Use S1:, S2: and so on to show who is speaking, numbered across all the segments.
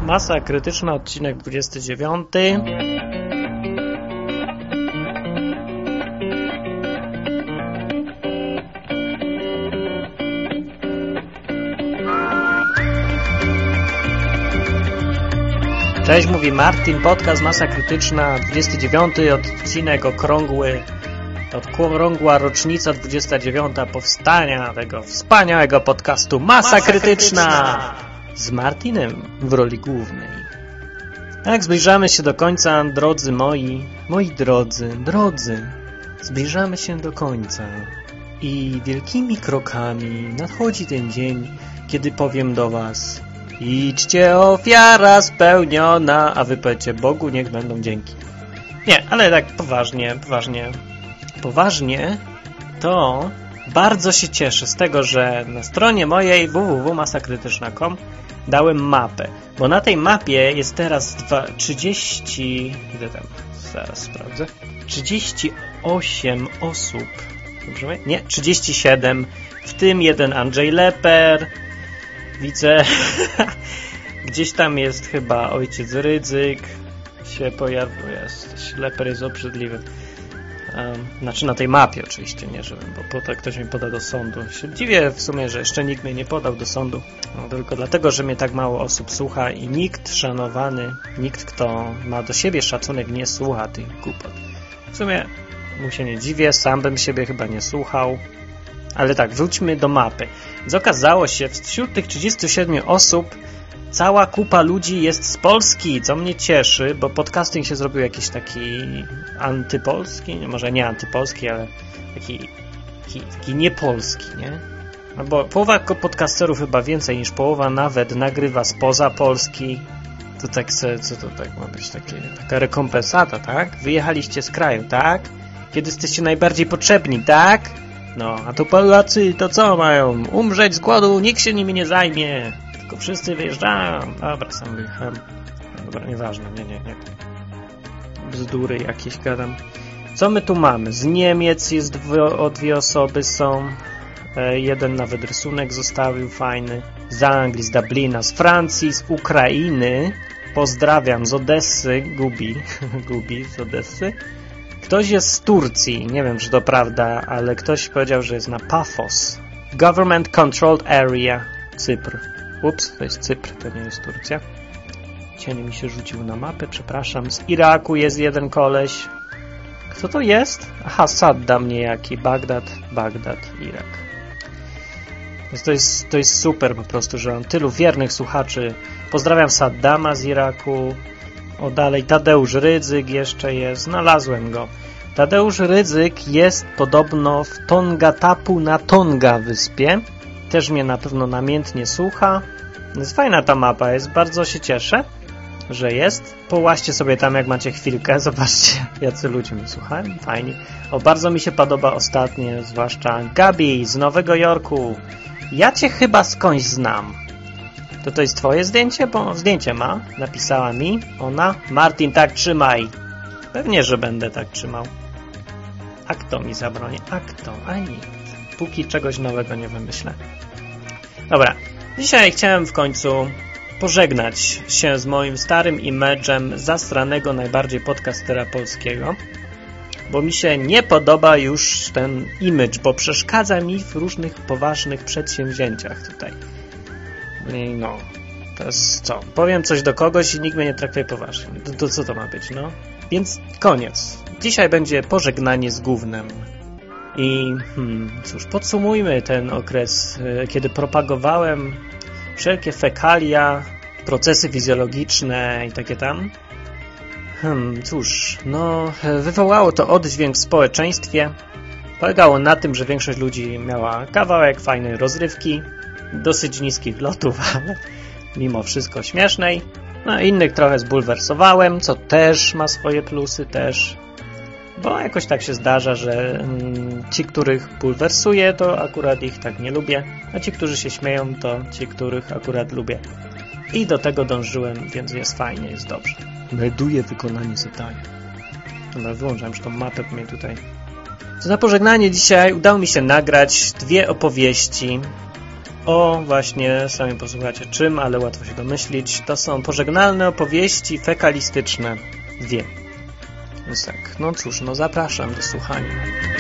S1: Masa krytyczna, odcinek 29. Cześć, mówi Martin, podcast Masa krytyczna, 29. odcinek okrągła rocznica 29. powstania tego wspaniałego podcastu Masa krytyczna z Martinem w roli głównej. Tak, zbliżamy się do końca, drodzy moi drodzy, zbliżamy się do końca i wielkimi krokami nadchodzi ten dzień, kiedy powiem do was: idźcie, ofiara spełniona, a wy powiecie: Bogu niech będą dzięki. Nie, ale tak poważnie, to bardzo się cieszę z tego, że na stronie mojej www.masakrytyczna.com dałem mapę, bo na tej mapie jest teraz 38 osób. Dobrze mówię? Nie, 37, w tym jeden Andrzej Leper. Widzę, gdzieś tam jest chyba ojciec Rydzyk, się pojawił, Leper jest obrzydliwy. Znaczy na tej mapie oczywiście, nie żebym, bo potem ktoś mnie poda do sądu. Się dziwię w sumie, że jeszcze nikt mnie nie podał do sądu, tylko dlatego, że mnie tak mało osób słucha i nikt szanowany, nikt, kto ma do siebie szacunek, nie słucha tych głupot. W sumie mu się nie dziwię, sam bym siebie chyba nie słuchał. Ale tak, wróćmy do mapy. Więc okazało się, wśród tych 37 osób cała kupa ludzi jest z Polski, co mnie cieszy, bo podcasting się zrobił jakiś taki antypolski, może nie antypolski, ale taki niepolski, nie? No bo połowa podcasterów, chyba więcej niż połowa nawet, nagrywa spoza Polski. To tak co to tak ma być? Taka rekompensata, tak? Wyjechaliście z kraju, tak? Kiedy jesteście najbardziej potrzebni, tak? No, a to Polacy to co mają? Umrzeć z głodu, nikt się nimi nie zajmie. Tylko wszyscy wyjeżdżają. Dobra, sam wyjechałem. Dobra, nieważne, nie. Bzdury jakieś gadam. Co my tu mamy? Z Niemiec jest dwie osoby są. Jeden nawet rysunek zostawił, fajny. Z Anglii, z Dublina, z Francji, z Ukrainy. Pozdrawiam, z Odessy. Gubi z Odessy. Ktoś jest z Turcji, nie wiem, czy to prawda, ale ktoś powiedział, że jest na Paphos. Government Controlled Area, Cypr. Ups, to jest Cypr, to nie jest Turcja. Cień mi się rzucił na mapę, przepraszam. Z Iraku jest jeden koleś. Kto to jest? Aha, Saddam niejaki. Bagdad, Irak. Więc to jest super po prostu, że mam tylu wiernych słuchaczy. Pozdrawiam Saddama z Iraku. O, dalej Tadeusz Rydzyk jeszcze jest. Znalazłem go. Tadeusz Rydzyk jest podobno w Tongatapu na Tonga wyspie. Też mnie na pewno namiętnie słucha. Jest fajna ta mapa, jest. Bardzo się cieszę, że jest. Połaźcie sobie tam, jak macie chwilkę. Zobaczcie, jacy ludzie mnie słuchają. Fajnie. O, bardzo mi się podoba ostatnie, zwłaszcza Gabi z Nowego Jorku. Ja cię chyba skądś znam. To jest twoje zdjęcie? Bo zdjęcie ma. Napisała mi ona. Martin, tak trzymaj. Pewnie, że będę tak trzymał. A kto mi zabroni? A kto? A nikt. Póki czegoś nowego nie wymyślę. Dobra. Dzisiaj chciałem w końcu pożegnać się z moim starym imidżem zastranego najbardziej podcastera polskiego. Bo mi się nie podoba już ten imidż, bo przeszkadza mi w różnych poważnych przedsięwzięciach tutaj. No, to jest co? Powiem coś do kogoś i nikt mnie nie traktuje poważnie. To co to ma być, no? Więc koniec. Dzisiaj będzie pożegnanie z gównem. I cóż, podsumujmy ten okres, kiedy propagowałem wszelkie fekalia, procesy fizjologiczne i takie tam. Cóż, no, wywołało to oddźwięk w społeczeństwie. Polegało na tym, że większość ludzi miała kawałek fajnej rozrywki, dosyć niskich lotów, ale mimo wszystko śmiesznej. No, innych trochę zbulwersowałem, co też ma swoje plusy też. Bo jakoś tak się zdarza, że ci, których bulwersuje, to akurat ich tak nie lubię, a ci, którzy się śmieją, to ci, których akurat lubię. I do tego dążyłem, więc jest fajnie, jest dobrze. Melduję wykonanie zadania. Dobra, wyłączam już tą mapę, bo mnie tutaj... Na pożegnanie dzisiaj udało mi się nagrać 2 opowieści właśnie, sami posłuchacie czym, ale łatwo się domyślić. To są pożegnalne opowieści fekalistyczne. Więc tak, no cóż, zapraszam do słuchania.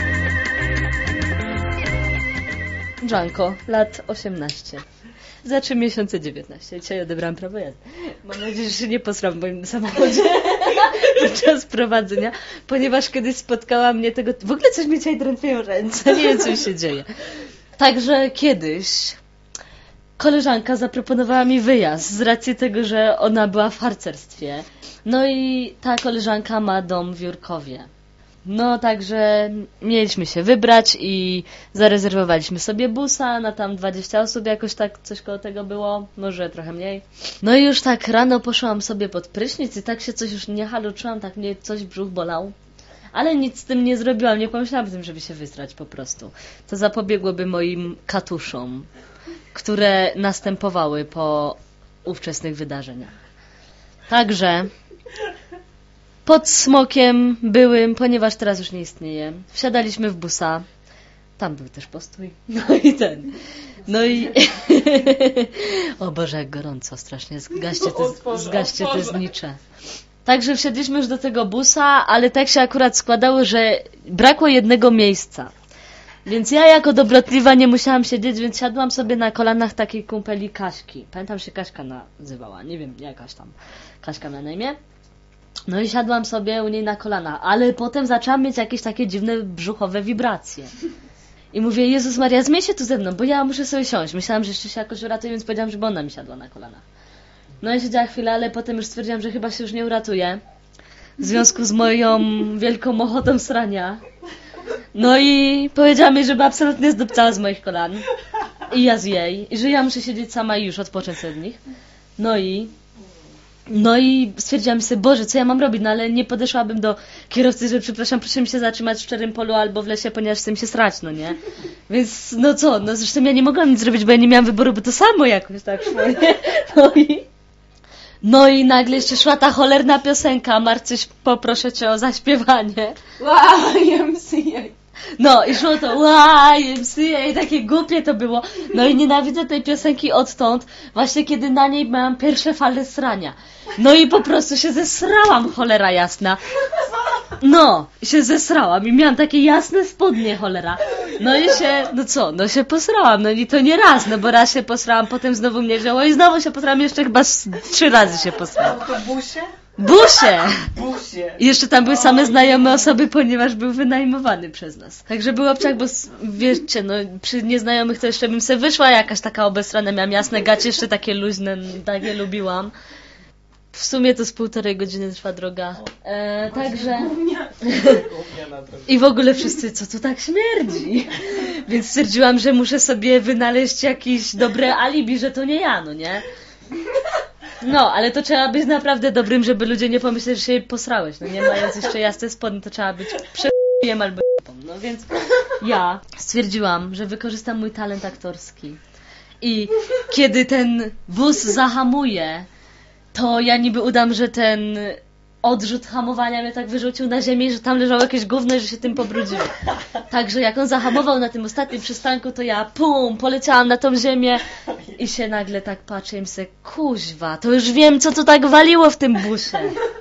S2: Janko, lat 18. Za 3 miesiące 19. Dzisiaj odebrałam prawo jazdy. Mam nadzieję, że się nie posram w moim samochodzie podczas prowadzenia, ponieważ kiedyś spotkała mnie tego... W ogóle coś mi dzisiaj drętwieją ręce, nie wiem, co mi się dzieje. Także kiedyś koleżanka zaproponowała mi wyjazd z racji tego, że ona była w harcerstwie. No i ta koleżanka ma dom w Jurkowie. No także mieliśmy się wybrać i zarezerwowaliśmy sobie busa na tam 20 osób, jakoś tak coś koło tego było, może trochę mniej. No i już tak rano poszłam sobie pod prysznic i tak się coś już nie haluczyłam, tak mnie coś brzuch bolał. Ale nic z tym nie zrobiłam, nie pomyślałam o tym, żeby się wysrać po prostu. To zapobiegłoby moim katuszom, które następowały po ówczesnych wydarzeniach. Także pod Smokiem byłym, ponieważ teraz już nie istnieje, wsiadaliśmy w busa. Tam był też postój. No i o Boże, jak gorąco strasznie. Zgaście te znicze. Także wsiedliśmy już do tego busa, ale tak się akurat składało, że brakło jednego miejsca. Więc ja jako dobrotliwa nie musiałam siedzieć, więc siadłam sobie na kolanach takiej kumpeli Kaśki. Pamiętam, się Kaśka nazywała. Nie wiem, jakaś tam Kaśka miała na imię. No i siadłam sobie u niej na kolana, ale potem zaczęłam mieć jakieś takie dziwne brzuchowe wibracje. I mówię, Jezus Maria, zmień się tu ze mną, bo ja muszę sobie siąść. Myślałam, że jeszcze się jakoś uratuje, więc powiedziałam, żeby ona mi siadła na kolanach. No i siedziała chwilę, ale potem już stwierdziłam, że chyba się już nie uratuje. W związku z moją wielką ochotą srania. No i powiedziała mi, żeby absolutnie zdupcała z moich kolan. I ja z jej. I że ja muszę siedzieć sama i już odpocząć od nich. No i stwierdziłam sobie, Boże, co ja mam robić? No ale nie podeszłabym do kierowcy, że przepraszam, proszę mi się zatrzymać w szczerym polu albo w lesie, ponieważ chcę mi się srać, no nie? Więc no co? No zresztą ja nie mogłam nic zrobić, bo ja nie miałam wyboru, bo to samo jakoś tak szło, nie? No i nagle jeszcze szła ta cholerna piosenka. Marcyś, poproszę cię o zaśpiewanie.
S3: YMCA.
S2: No i szło to YMCA, takie głupie to było. No i nienawidzę tej piosenki odtąd, właśnie kiedy na niej miałam pierwsze fale srania. No i po prostu się zesrałam, cholera jasna. No, się zesrałam i miałam takie jasne spodnie, cholera. No i się posrałam. No i to nie raz, no bo raz się posrałam, potem znowu mnie wzięło i znowu się posrałam, jeszcze chyba 3 razy się posrałam.
S3: To busie?
S2: Busie! I jeszcze tam były same znajome osoby, ponieważ był wynajmowany przez nas. Także był obciach, bo wiecie, no przy nieznajomych to jeszcze bym se wyszła jakaś taka obesrana, miałam jasne gacie, jeszcze takie luźne, takie lubiłam. W sumie to z 1,5 godziny trwa droga. Także... I w ogóle wszyscy, co tu tak śmierdzi? Więc stwierdziłam, że muszę sobie wynaleźć jakieś dobre alibi, że to nie ja, no nie? No, ale to trzeba być naprawdę dobrym, żeby ludzie nie pomyśleli, że się posrałeś. No nie mając jeszcze jasne spodnie, to trzeba być prze***iem albo no więc ja stwierdziłam, że wykorzystam mój talent aktorski. I kiedy ten wóz zahamuje, to ja niby udam, że ten odrzut hamowania mnie tak wyrzucił na ziemię, że tam leżało jakieś gówno i że się tym pobrudziło. Także jak on zahamował na tym ostatnim przystanku, to ja poleciałam na tą ziemię i się nagle tak patrzę i myślę, kuźwa, to już wiem, co to tak waliło w tym busie.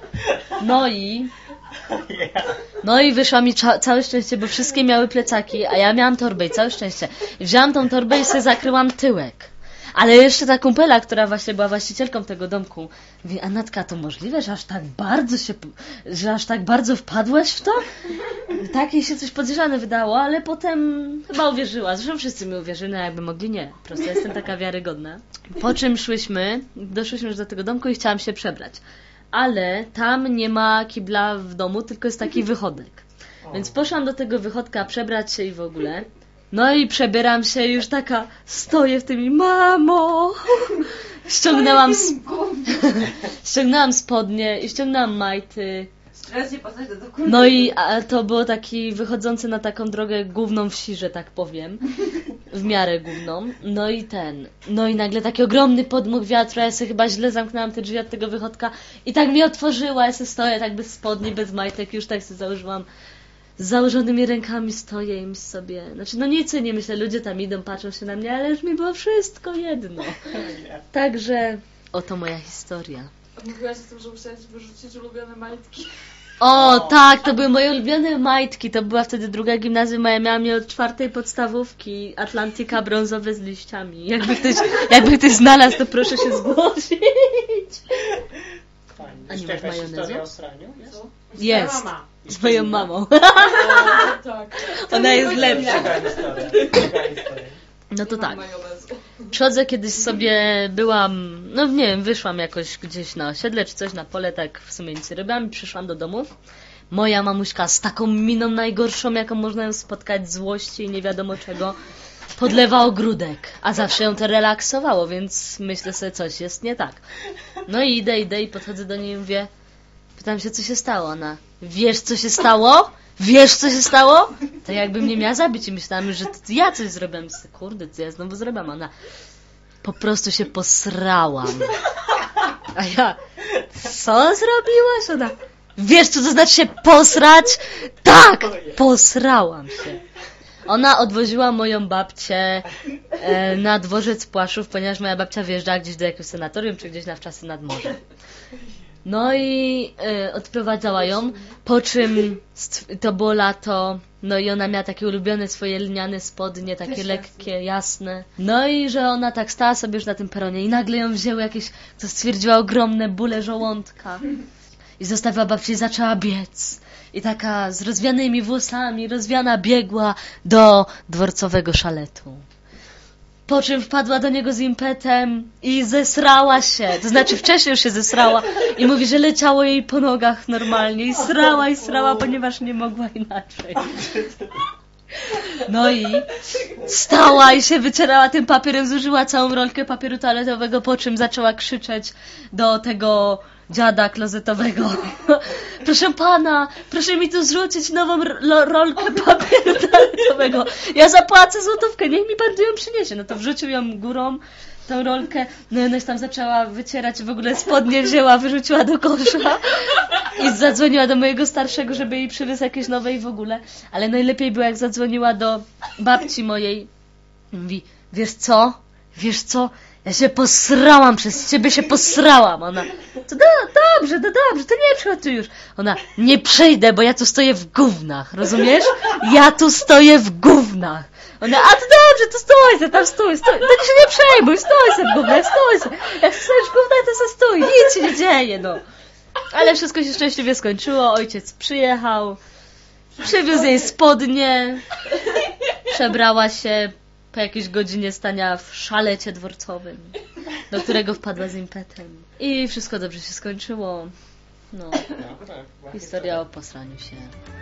S2: No i wyszła mi całe szczęście, bo wszystkie miały plecaki, a ja miałam torbę i całe szczęście. I wzięłam tą torbę i sobie zakryłam tyłek. Ale jeszcze ta kumpela, która właśnie była właścicielką tego domku, mówi, Anatka, to możliwe, że aż tak bardzo wpadłaś w to? Tak jej się coś podejrzane wydało, ale potem chyba uwierzyła. Zresztą wszyscy mi uwierzyli, no jakby mogli nie. Po prostu jestem taka wiarygodna. Po czym doszłyśmy już do tego domku i chciałam się przebrać. Ale tam nie ma kibla w domu, tylko jest taki wychodek. Więc poszłam do tego wychodka przebrać się i w ogóle. No i przebieram się już taka, stoję w tym i mamo! Ściągnęłam spodnie i ściągnęłam majty. No i to było taki wychodzący na taką drogę główną wsi, że tak powiem. W miarę główną. No i nagle taki ogromny podmuch wiatru, ja sobie chyba źle zamknęłam te drzwi od tego wychodka i tak mi otworzyła, ja sobie stoję tak bez spodni, bez majtek, już tak sobie założyłam z założonymi rękami stoję im sobie. Znaczy, no nic nie myślę, ludzie tam idą, patrzą się na mnie, ale już mi było wszystko jedno. Także oto moja historia.
S3: Mówiłaś o tym, że musiałaś wyrzucić ulubione majtki.
S2: O, tak, to były moje ulubione majtki. To była wtedy druga gimnazjum, a ja miałam je od 4. podstawówki. Atlantyka brązowe z liściami. Jakby ktoś znalazł, to proszę się zgłosić.
S1: Fajnie.
S2: A nie
S1: Jeszcze
S2: masz
S1: jakaś
S2: majonezu?
S1: historia o sraniu?
S2: Jest.
S1: Mama.
S2: Z moją mamą.
S3: Tak.
S2: Ona jest lepsza.
S1: Ciekawa historia.
S2: No to tak.
S3: Majonezu.
S2: Przychodzę kiedyś sobie, byłam, no nie wiem, wyszłam jakoś gdzieś na osiedle czy coś, na pole, tak w sumie nic nie robiłam i przyszłam do domu. Moja mamuśka z taką miną najgorszą, jaką można ją spotkać, złości i nie wiadomo czego, podlewa ogródek, a zawsze ją to relaksowało, więc myślę sobie, coś jest nie tak. No i idę i podchodzę do niej i mówię, pytam się, co się stało. Ona, wiesz, co się stało? Wiesz, co się stało? To jakby mnie miała zabić i myślałam, że to ja coś zrobiłam. Kurde, co ja znowu zrobiłam? Ona, po prostu się posrałam. A ja, co zrobiłaś? Ona, wiesz, co to znaczy się posrać? Tak, posrałam się. Ona odwoziła moją babcię na dworzec Płaszów, ponieważ moja babcia wjeżdżała gdzieś do jakiegoś sanatorium, czy gdzieś na wczasy nad morze. No i odprowadzała ją, po czym to było lato, no i ona miała takie ulubione swoje lniane spodnie, takie lekkie, jasne. No i że ona tak stała sobie już na tym peronie i nagle ją wzięły jakieś, co stwierdziła, ogromne bóle żołądka. I zostawiła babcię i zaczęła biec. I taka z rozwianymi włosami, rozwiana biegła do dworcowego szaletu. Po czym wpadła do niego z impetem i zesrała się. To znaczy wcześniej już się zesrała i mówi, że leciało jej po nogach normalnie. I srała, ponieważ nie mogła inaczej. No i stała i się wycierała tym papierem, zużyła całą rolkę papieru toaletowego, po czym zaczęła krzyczeć do tego dziada klozetowego. Proszę pana, proszę mi tu zrzucić nową rolkę papieru toaletowego. Ja zapłacę złotówkę, niech mi pan tu ją przyniesie. No to wrzucił ją górą, tą rolkę, no i ona się tam zaczęła wycierać, w ogóle spodnie wzięła, wyrzuciła do kosza i zadzwoniła do mojego starszego, żeby jej przywiózł jakieś nowe i w ogóle. Ale najlepiej było, jak zadzwoniła do babci mojej. Mówi, wiesz co? Ja się posrałam, przez ciebie się posrałam. Ona, to dobrze, to nie przychodź tu już. Ona, nie przyjdę, bo ja tu stoję w gównach, rozumiesz? Ja tu stoję w gównach. Ona, a to dobrze, to stój. To się nie przejmuj, stój se w gównach, stój se. Jak stoisz w gównach, to se stój, nic się nie dzieje, no. Ale wszystko się szczęśliwie skończyło, ojciec przyjechał, przywiózł jej spodnie, przebrała się, po jakiejś godzinie stania w szalecie dworcowym, do którego wpadła z impetem. I wszystko dobrze się skończyło. No, historia o posraniu się.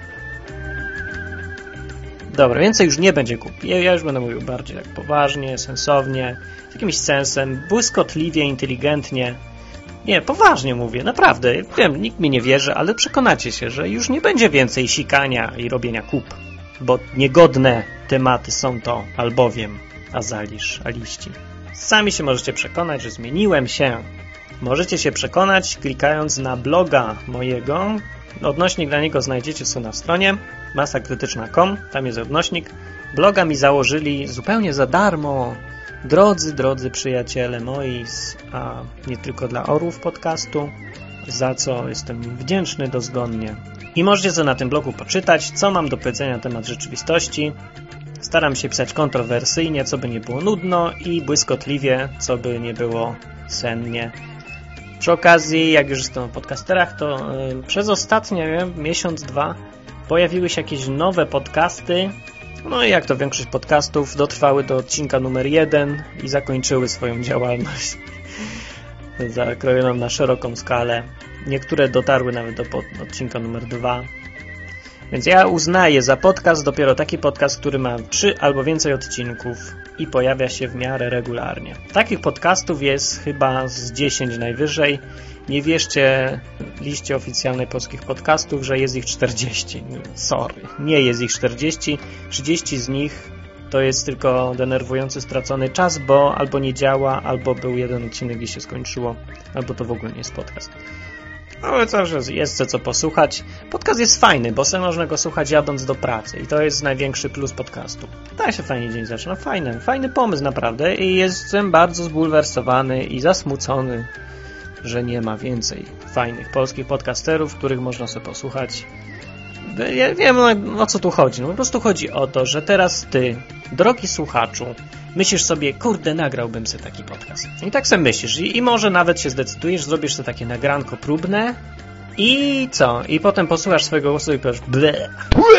S1: Dobra, więcej już nie będzie kupi. Ja już będę mówił bardziej tak poważnie, sensownie, z jakimś sensem, błyskotliwie, inteligentnie. Nie, poważnie mówię, naprawdę. Wiem, nikt mi nie wierzy, ale przekonacie się, że już nie będzie więcej sikania i robienia kup. Bo niegodne tematy są to, albowiem, a liści. Sami się możecie przekonać, że zmieniłem się. Możecie się przekonać, klikając na bloga mojego. Odnośnik dla niego znajdziecie sobie na stronie masakrytyczna.com, tam jest odnośnik. Bloga mi założyli zupełnie za darmo. Drodzy przyjaciele moi, a nie tylko dla orłów podcastu, za co jestem im wdzięczny dozgonnie. I możecie sobie na tym blogu poczytać, co mam do powiedzenia na temat rzeczywistości. Staram się pisać kontrowersyjnie, co by nie było nudno, i błyskotliwie, co by nie było sennie. Przy okazji, jak już jestem o podcasterach, to przez ostatnie miesiąc, 2 pojawiły się jakieś nowe podcasty. No i jak to większość podcastów, dotrwały do odcinka numer 1 i zakończyły swoją działalność zakrojoną na szeroką skalę. Niektóre dotarły nawet do odcinka numer 2. Więc ja uznaję za podcast dopiero taki podcast, który ma 3 albo więcej odcinków i pojawia się w miarę regularnie. Takich podcastów jest chyba z 10 najwyżej. Nie wierzcie liście oficjalnej polskich podcastów, że jest ich 40. Sorry, nie jest ich 40. 30 z nich to jest tylko denerwujący, stracony czas, bo albo nie działa, albo był jeden odcinek i się skończyło, albo to w ogóle nie jest podcast. Ale zawsze jest co posłuchać. Podcast jest fajny, bo sobie można go słuchać jadąc do pracy i to jest największy plus podcastu. Tak się fajnie dzień zaczyna. Fajny pomysł naprawdę i jestem bardzo zbulwersowany i zasmucony, że nie ma więcej fajnych polskich podcasterów, których można sobie posłuchać. Ja wiem, o co tu chodzi. No po prostu chodzi o to, że teraz ty, drogi słuchaczu, myślisz sobie, kurde, nagrałbym sobie taki podcast. I tak sobie myślisz. I może nawet się zdecydujesz, zrobisz sobie takie nagranko próbne i co? I potem posłuchasz swojego głosu i powiesz ble.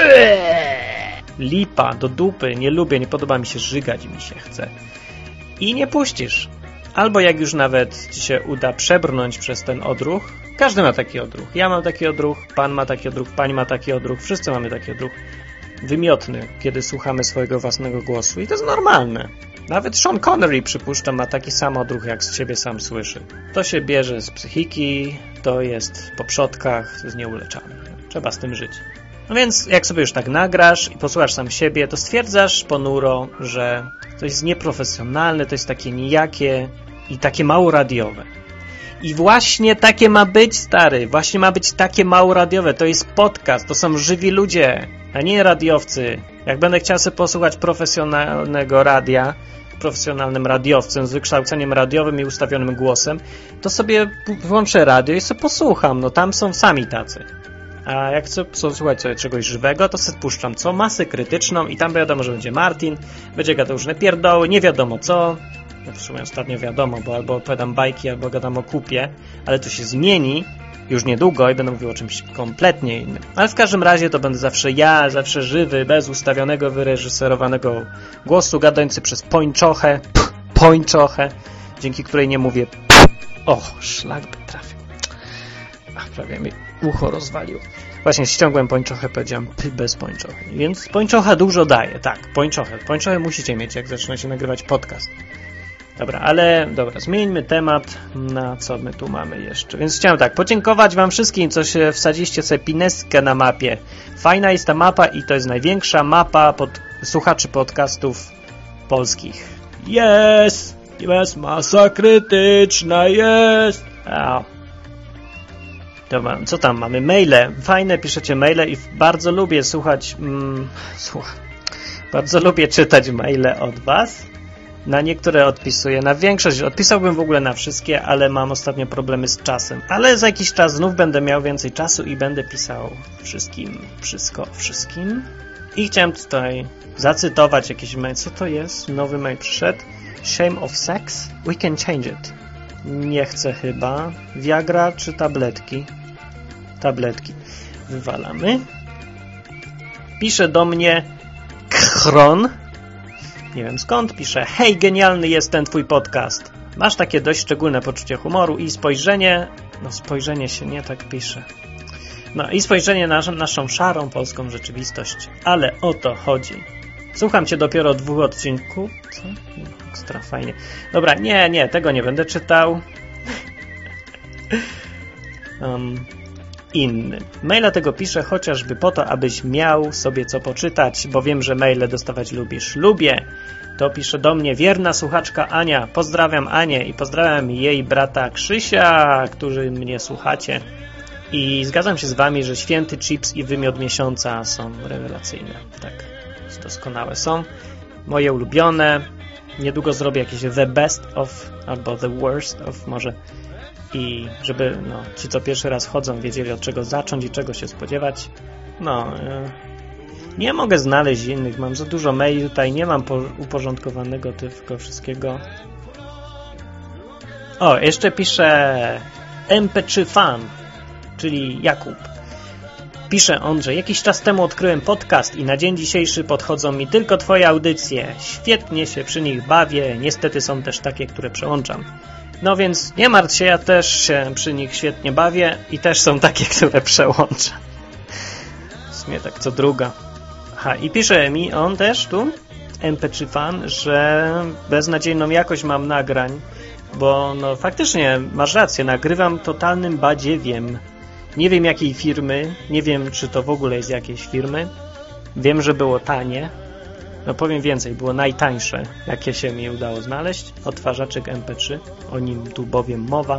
S1: Lipa, do dupy, nie lubię, nie podoba mi się, żygać mi się chce. I nie puścisz. Albo jak już nawet ci się uda przebrnąć przez ten odruch, każdy ma taki odruch. Ja mam taki odruch, pan ma taki odruch, pani ma taki odruch, wszyscy mamy taki odruch wymiotny, kiedy słuchamy swojego własnego głosu. I to jest normalne. Nawet Sean Connery, przypuszczam, ma taki sam odruch, jak z siebie sam słyszy. To się bierze z psychiki, to jest po przodkach, to jest nieuleczalne. Trzeba z tym żyć. No więc jak sobie już tak nagrasz i posłuchasz sam siebie, to stwierdzasz ponuro, że to jest nieprofesjonalne, to jest takie nijakie i takie mało radiowe. I właśnie takie ma być, stary. Właśnie ma być takie mało radiowe. To jest podcast, to są żywi ludzie, a nie radiowcy. Jak będę chciał sobie posłuchać profesjonalnego radia, profesjonalnym radiowcem z wykształceniem radiowym i ustawionym głosem, to sobie włączę radio i sobie posłucham. No tam są sami tacy. A jak chcę posłuchać sobie czegoś żywego, to sobie puszczam co? Masę krytyczną i tam wiadomo, że będzie Martin, będzie gadał różne pierdoły, nie wiadomo co. No w sumie ostatnio wiadomo, bo albo opowiadam bajki, albo gadam o kupie, ale to się zmieni już niedługo i będę mówił o czymś kompletnie innym. Ale w każdym razie to będę zawsze ja, zawsze żywy, bez ustawionego, wyreżyserowanego głosu, gadający przez pończochę, dzięki której nie mówię szlak by trafił. Ach, prawie mi ucho rozwalił. Właśnie ściągłem pończochę, powiedziałem bez pończochy. Więc pończocha dużo daje, tak, pończochę. Pończochę musicie mieć, jak zaczynacie nagrywać podcast. Dobra, zmieńmy temat, na co my tu mamy jeszcze. Więc chciałem tak, podziękować wam wszystkim, co się wsadziliście sobie pineskę na mapie. Fajna jest ta mapa i to jest największa mapa słuchaczy podcastów polskich. Jest masa krytyczna, jest! Dobra, co tam mamy? Maile. Fajne, piszecie maile i bardzo lubię bardzo lubię czytać maile od was. Na niektóre odpisuję, na większość odpisałbym w ogóle na wszystkie, ale mam ostatnio problemy z czasem. Ale za jakiś czas znów będę miał więcej czasu i będę pisał wszystkim. I chciałem tutaj zacytować jakiś mail. Co to jest? Nowy mail przyszedł. Shame of sex? We can change it. Nie chcę chyba. Viagra czy tabletki? Tabletki. Wywalamy. Pisze do mnie Kron. Nie wiem skąd, pisze: hej, genialny jest ten twój podcast. Masz takie dość szczególne poczucie humoru i spojrzenie... No spojrzenie się nie tak pisze. No i spojrzenie na naszą szarą polską rzeczywistość. Ale o to chodzi. Słucham cię dopiero 2 odcinków. Co? Ekstra fajnie. Dobra, nie, tego nie będę czytał. Inny. Maila tego piszę chociażby po to, abyś miał sobie co poczytać, bo wiem, że maile dostawać lubisz. Lubię. To pisze do mnie wierna słuchaczka Ania. Pozdrawiam Anię i pozdrawiam jej brata Krzysia, którzy mnie słuchacie. I zgadzam się z wami, że Święty Chips i Wymiot Miesiąca są rewelacyjne. Tak, doskonałe są. Moje ulubione. Niedługo zrobię jakieś The Best of albo The Worst of może. I żeby ci, co pierwszy raz chodzą, wiedzieli od czego zacząć i czego się spodziewać. Nie mogę znaleźć innych. Mam za dużo maili tutaj. Nie mam uporządkowanego tylko wszystkiego. O, jeszcze pisze MP3 Fan, czyli Jakub. Pisze on, że jakiś czas temu odkryłem podcast i na dzień dzisiejszy podchodzą mi tylko twoje audycje. Świetnie się przy nich bawię. Niestety są też takie, które przełączam. No więc nie martw się, ja też się przy nich świetnie bawię i też są takie, które przełączam. W sumie tak co druga. Aha, i pisze mi on też tu, MP3 Fan, że beznadziejną jakość mam nagrań, bo faktycznie masz rację, nagrywam totalnym badziewiem. Nie wiem jakiej firmy, nie wiem czy to w ogóle jest jakiejś firmy. Wiem, że było tanie. Powiem więcej, było najtańsze, jakie się mi udało znaleźć. Odtwarzaczek MP3, o nim tu bowiem mowa.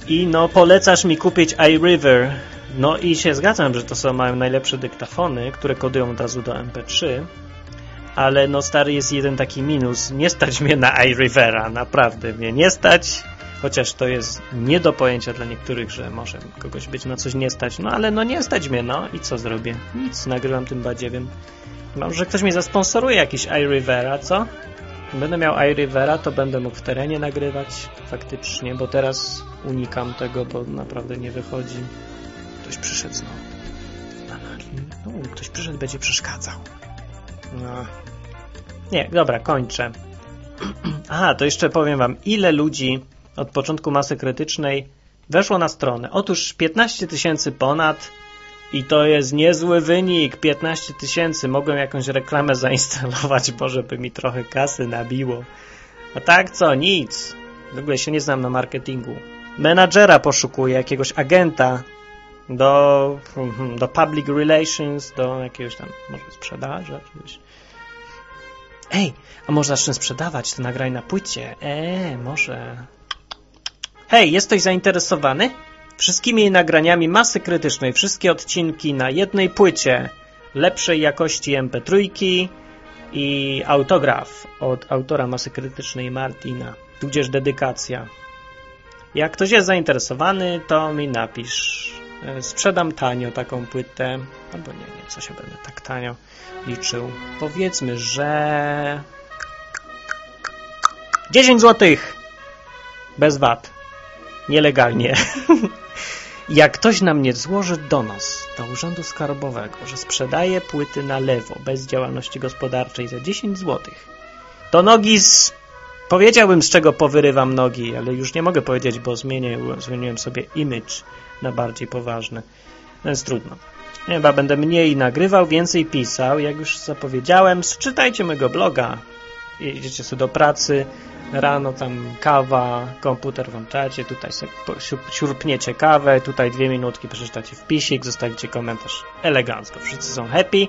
S1: I no polecasz mi kupić iRiver. No i się zgadzam, że to mają najlepsze dyktafony, które kodują od razu do MP3. Ale no stary, jest jeden taki minus. Nie stać mnie na iRivera. Naprawdę mnie nie stać. Chociaż to jest nie do pojęcia dla niektórych, że może kogoś być na coś nie stać. No ale no nie stać mnie, no i co zrobię? Nic, nagrywam tym badziewiem. Może ktoś mi zasponsoruje jakiś iRivera, co? Będę miał iRivera, to będę mógł w terenie nagrywać faktycznie, bo teraz unikam tego, bo naprawdę nie wychodzi. Ktoś przyszedł znowu. No, ktoś przyszedł, będzie przeszkadzał. No. Nie, dobra, kończę. Aha, to jeszcze powiem wam, ile ludzi od początku masy krytycznej weszło na stronę. Otóż 15 000 ponad i to jest niezły wynik. 15 000. Mogłem jakąś reklamę zainstalować, bo żeby mi trochę kasy nabiło. A tak co? Nic. W ogóle się nie znam na marketingu. Menadżera poszukuję, jakiegoś agenta do public relations, do jakiegoś tam może sprzedaży. Jakiegoś. Ej, a może zacznę sprzedawać, to nagraj na płycie. Może. Hej, jesteś zainteresowany? Wszystkimi nagraniami masy krytycznej, wszystkie odcinki na jednej płycie, lepszej jakości MP3 i autograf od autora masy krytycznej Martina, tudzież dedykacja. Jak ktoś jest zainteresowany, to mi napisz. Sprzedam tanio taką płytę, albo nie, co się będę tak tanio liczył. Powiedzmy, że 10 złotych bez VAT. Nielegalnie. Jak ktoś na mnie złoży donos do Urzędu Skarbowego, że sprzedaje płyty na lewo, bez działalności gospodarczej za 10 złotych, to nogi powiedziałbym, z czego powyrywam nogi, ale już nie mogę powiedzieć, bo zmieniłem sobie image na bardziej poważny. Więc trudno. Chyba będę mniej nagrywał, więcej pisał. Jak już zapowiedziałem, czytajcie mojego bloga. Jedziecie sobie do pracy, rano tam kawa, komputer włączacie, tutaj sobie siurpniecie kawę, tutaj 2 minutki przeczytacie wpisik, zostawicie komentarz elegancko. Wszyscy są happy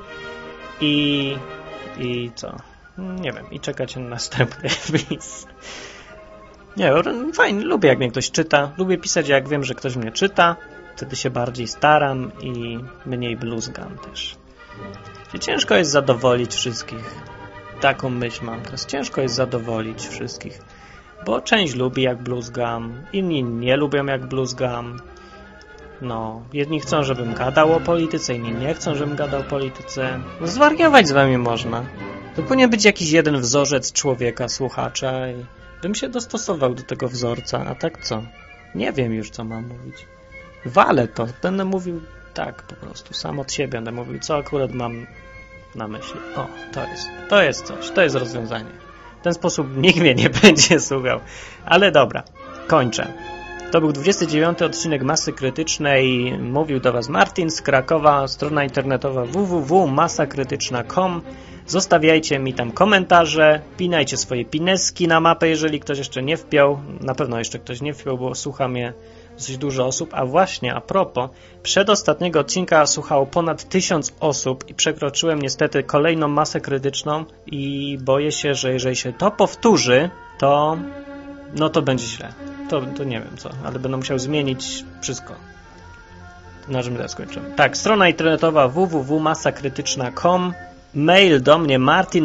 S1: i co? Nie wiem, i czekacie na następny wpis. Nie, fajnie, lubię jak mnie ktoś czyta, lubię pisać jak wiem, że ktoś mnie czyta, wtedy się bardziej staram i mniej bluzgam też. Ciężko jest zadowolić wszystkich. Taką myśl mam teraz. Ciężko jest zadowolić wszystkich, bo część lubi jak bluzgam, inni nie lubią jak bluzgam. No, jedni chcą, żebym gadał o polityce, inni nie chcą, żebym gadał o polityce. No, zwariować z wami można. To powinien być jakiś jeden wzorzec człowieka, słuchacza i bym się dostosował do tego wzorca, a tak co? Nie wiem już, co mam mówić. Walę to. Będę mówił tak po prostu, sam od siebie będę mówił, co akurat mam na myśli. O, to jest coś, to jest rozwiązanie. W ten sposób nikt mnie nie będzie słuchał. Ale dobra, kończę. To był 29. odcinek Masy Krytycznej. Mówił do Was Martin z Krakowa, strona internetowa www.masakrytyczna.com. Zostawiajcie mi tam komentarze, pinajcie swoje pineski na mapę, jeżeli ktoś jeszcze nie wpiął. Na pewno jeszcze ktoś nie wpiął, bo słucha mnie dosyć dużo osób. A właśnie, a propos, przedostatniego odcinka słuchało ponad 1000 osób i przekroczyłem niestety kolejną masę krytyczną i boję się, że jeżeli się to powtórzy, to to będzie źle. To nie wiem co, ale będę musiał zmienić wszystko. Na czym teraz skończymy? Tak, strona internetowa www.masakrytyczna.com. Mail do mnie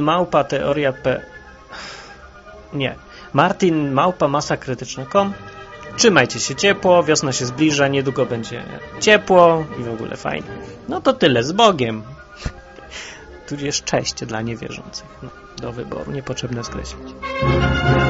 S1: martin@masakrytyczna.com. Trzymajcie się ciepło, wiosna się zbliża, niedługo będzie ciepło i w ogóle fajnie. No to tyle, z Bogiem. Tudzież cześć dla niewierzących. No, do wyboru, niepotrzebne skreślić.